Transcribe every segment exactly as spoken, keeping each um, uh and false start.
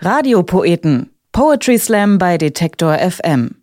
Radiopoeten. Poetry Slam bei Detektor F M.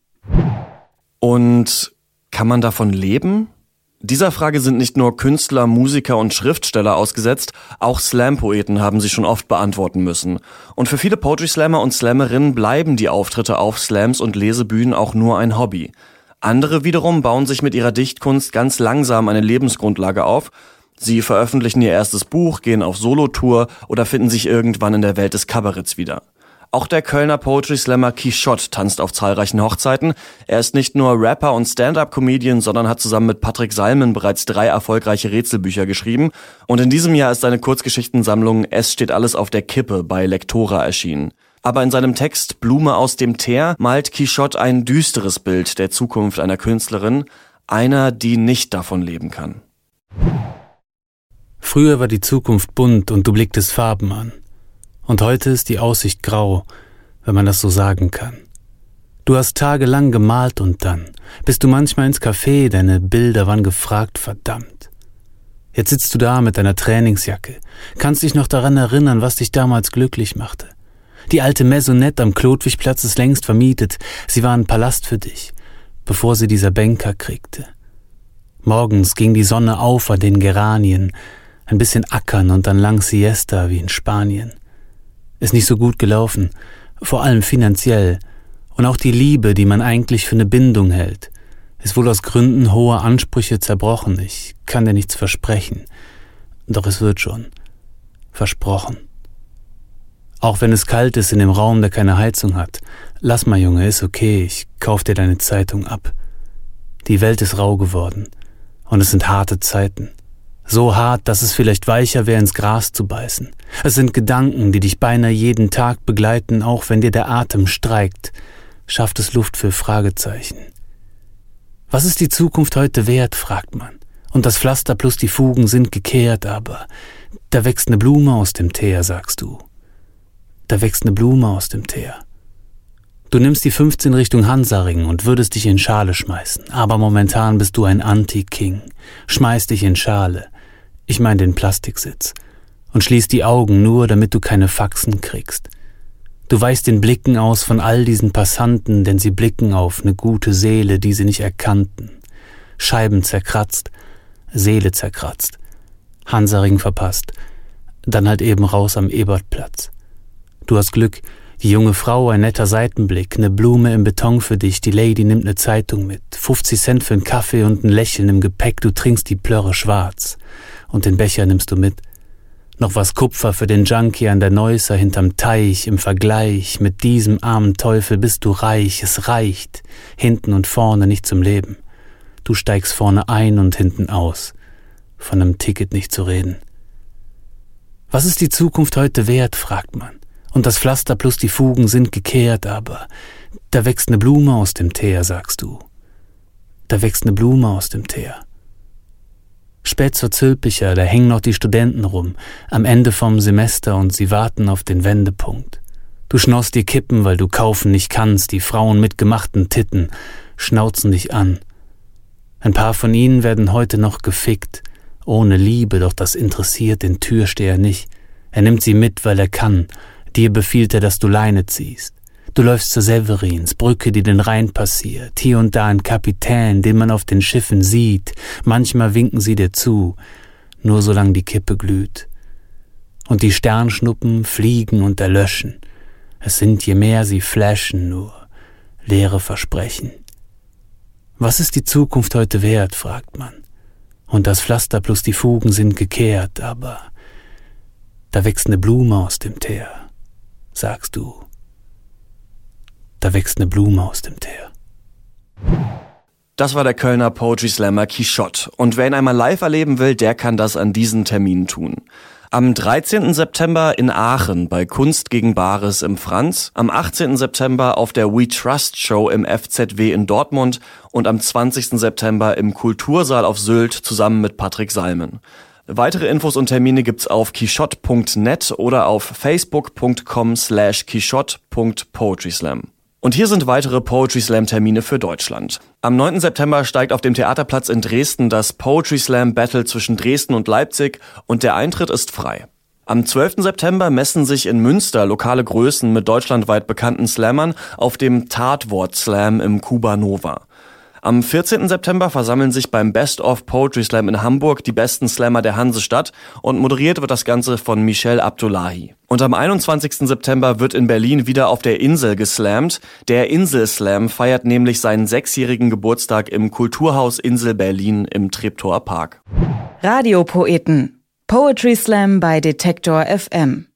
Und kann man davon leben? Dieser Frage sind nicht nur Künstler, Musiker und Schriftsteller ausgesetzt, auch Slam-Poeten haben sie schon oft beantworten müssen. Und für viele Poetry-Slammer und Slammerinnen bleiben die Auftritte auf Slams und Lesebühnen auch nur ein Hobby. Andere wiederum bauen sich mit ihrer Dichtkunst ganz langsam eine Lebensgrundlage auf. Sie veröffentlichen ihr erstes Buch, gehen auf Solotour oder finden sich irgendwann in der Welt des Kabaretts wieder. Auch der Kölner Poetry-Slammer Quichotte tanzt auf zahlreichen Hochzeiten. Er ist nicht nur Rapper und Stand-Up-Comedian, sondern hat zusammen mit Patrick Salmen bereits drei erfolgreiche Rätselbücher geschrieben. Und in diesem Jahr ist seine Kurzgeschichtensammlung Es steht alles auf der Kippe bei Lektora erschienen. Aber in seinem Text Blume aus dem Teer malt Quichotte ein düsteres Bild der Zukunft einer Künstlerin, einer, die nicht davon leben kann. Früher war die Zukunft bunt und du blicktest Farben an. Und heute ist die Aussicht grau, wenn man das so sagen kann. Du hast tagelang gemalt und dann bist du manchmal ins Café, deine Bilder waren gefragt, verdammt. Jetzt sitzt du da mit deiner Trainingsjacke, kannst dich noch daran erinnern, was dich damals glücklich machte. Die alte Maisonette am Klodwigplatz ist längst vermietet, sie war ein Palast für dich, bevor sie dieser Banker kriegte. Morgens ging die Sonne auf an den Geranien, ein bisschen ackern und dann lang Siesta wie in Spanien. Ist nicht so gut gelaufen, vor allem finanziell. Und auch die Liebe, die man eigentlich für eine Bindung hält, ist wohl aus Gründen hoher Ansprüche zerbrochen. Ich kann dir nichts versprechen. Doch es wird schon. Versprochen. Auch wenn es kalt ist in dem Raum, der keine Heizung hat. Lass mal, Junge, ist okay, ich kauf dir deine Zeitung ab. Die Welt ist rau geworden. Und es sind harte Zeiten. So hart, dass es vielleicht weicher wäre, ins Gras zu beißen. Es sind Gedanken, die dich beinahe jeden Tag begleiten, auch wenn dir der Atem streikt. Schafft es Luft für Fragezeichen. Was ist die Zukunft heute wert, fragt man. Und das Pflaster plus die Fugen sind gekehrt, aber da wächst eine Blume aus dem Teer, sagst du. Da wächst eine Blume aus dem Teer. Du nimmst die fünfzehn Richtung Hansaring und würdest dich in Schale schmeißen, aber momentan bist du ein Anti-King. Schmeiß dich in Schale. Ich meine den Plastiksitz. Und schließ die Augen nur, damit du keine Faxen kriegst. Du weichst den Blicken aus von all diesen Passanten, denn sie blicken auf eine gute Seele, die sie nicht erkannten. Scheiben zerkratzt, Seele zerkratzt. Hansaring verpasst. Dann halt eben raus am Ebertplatz. Du hast Glück, die junge Frau, ein netter Seitenblick, eine Blume im Beton für dich, die Lady nimmt eine Zeitung mit, fünfzig Cent für einen Kaffee und ein Lächeln im Gepäck, du trinkst die Plörre schwarz und den Becher nimmst du mit. Noch was Kupfer für den Junkie an der Neusser hinterm Teich, im Vergleich mit diesem armen Teufel bist du reich, es reicht, hinten und vorne nicht zum Leben. Du steigst vorne ein und hinten aus, von einem Ticket nicht zu reden. Was ist die Zukunft heute wert, fragt man. Und das Pflaster plus die Fugen sind gekehrt, aber da wächst eine Blume aus dem Teer, sagst du. Da wächst eine Blume aus dem Teer. Spät zur Zülpicher, da hängen noch die Studenten rum, am Ende vom Semester und sie warten auf den Wendepunkt. Du schnaust die Kippen, weil du kaufen nicht kannst, die Frauen mit gemachten Titten schnauzen dich an. Ein paar von ihnen werden heute noch gefickt, ohne Liebe, doch das interessiert den Türsteher nicht. Er nimmt sie mit, weil er kann. Dir befiehlt er, dass du Leine ziehst. Du läufst zur Severins, Brücke, die den Rhein passiert. Hier und da ein Kapitän, den man auf den Schiffen sieht. Manchmal winken sie dir zu, nur solange die Kippe glüht. Und die Sternschnuppen fliegen und erlöschen. Es sind, je mehr sie flashen, nur leere Versprechen. Was ist die Zukunft heute wert, fragt man. Und das Pflaster plus die Fugen sind gekehrt, aber da wächst eine Blume aus dem Teer, sagst du. Da wächst eine Blume aus dem Teer. Das war der Kölner Poetry Slammer Quichotte. Und wer ihn einmal live erleben will, der kann das an diesen Terminen tun. Am dreizehnten September in Aachen bei Kunst gegen Bares im Franz, am achtzehnten September auf der We Trust Show im F Z W in Dortmund und am zwanzigsten September im Kultursaal auf Sylt zusammen mit Patrick Salmen. Weitere Infos und Termine gibt's auf quichotte punkt net oder auf facebook punkt com slash quichotte punkt poetryslam. Und hier sind weitere Poetry Slam Termine für Deutschland. Am neunten September steigt auf dem Theaterplatz in Dresden das Poetry Slam Battle zwischen Dresden und Leipzig und der Eintritt ist frei. Am zwölften September messen sich in Münster lokale Größen mit deutschlandweit bekannten Slammern auf dem Tatwort-Slam im Kuba Nova. Am vierzehnten September versammeln sich beim Best of Poetry Slam in Hamburg die besten Slammer der Hansestadt und moderiert wird das Ganze von Michel Abdullahi. Und am einundzwanzigsten September wird in Berlin wieder auf der Insel geslammt. Der Insel-Slam feiert nämlich seinen sechsjährigen Geburtstag im Kulturhaus Insel Berlin im Treptower Park. Radiopoeten. Poetry Slam bei Detektor F M.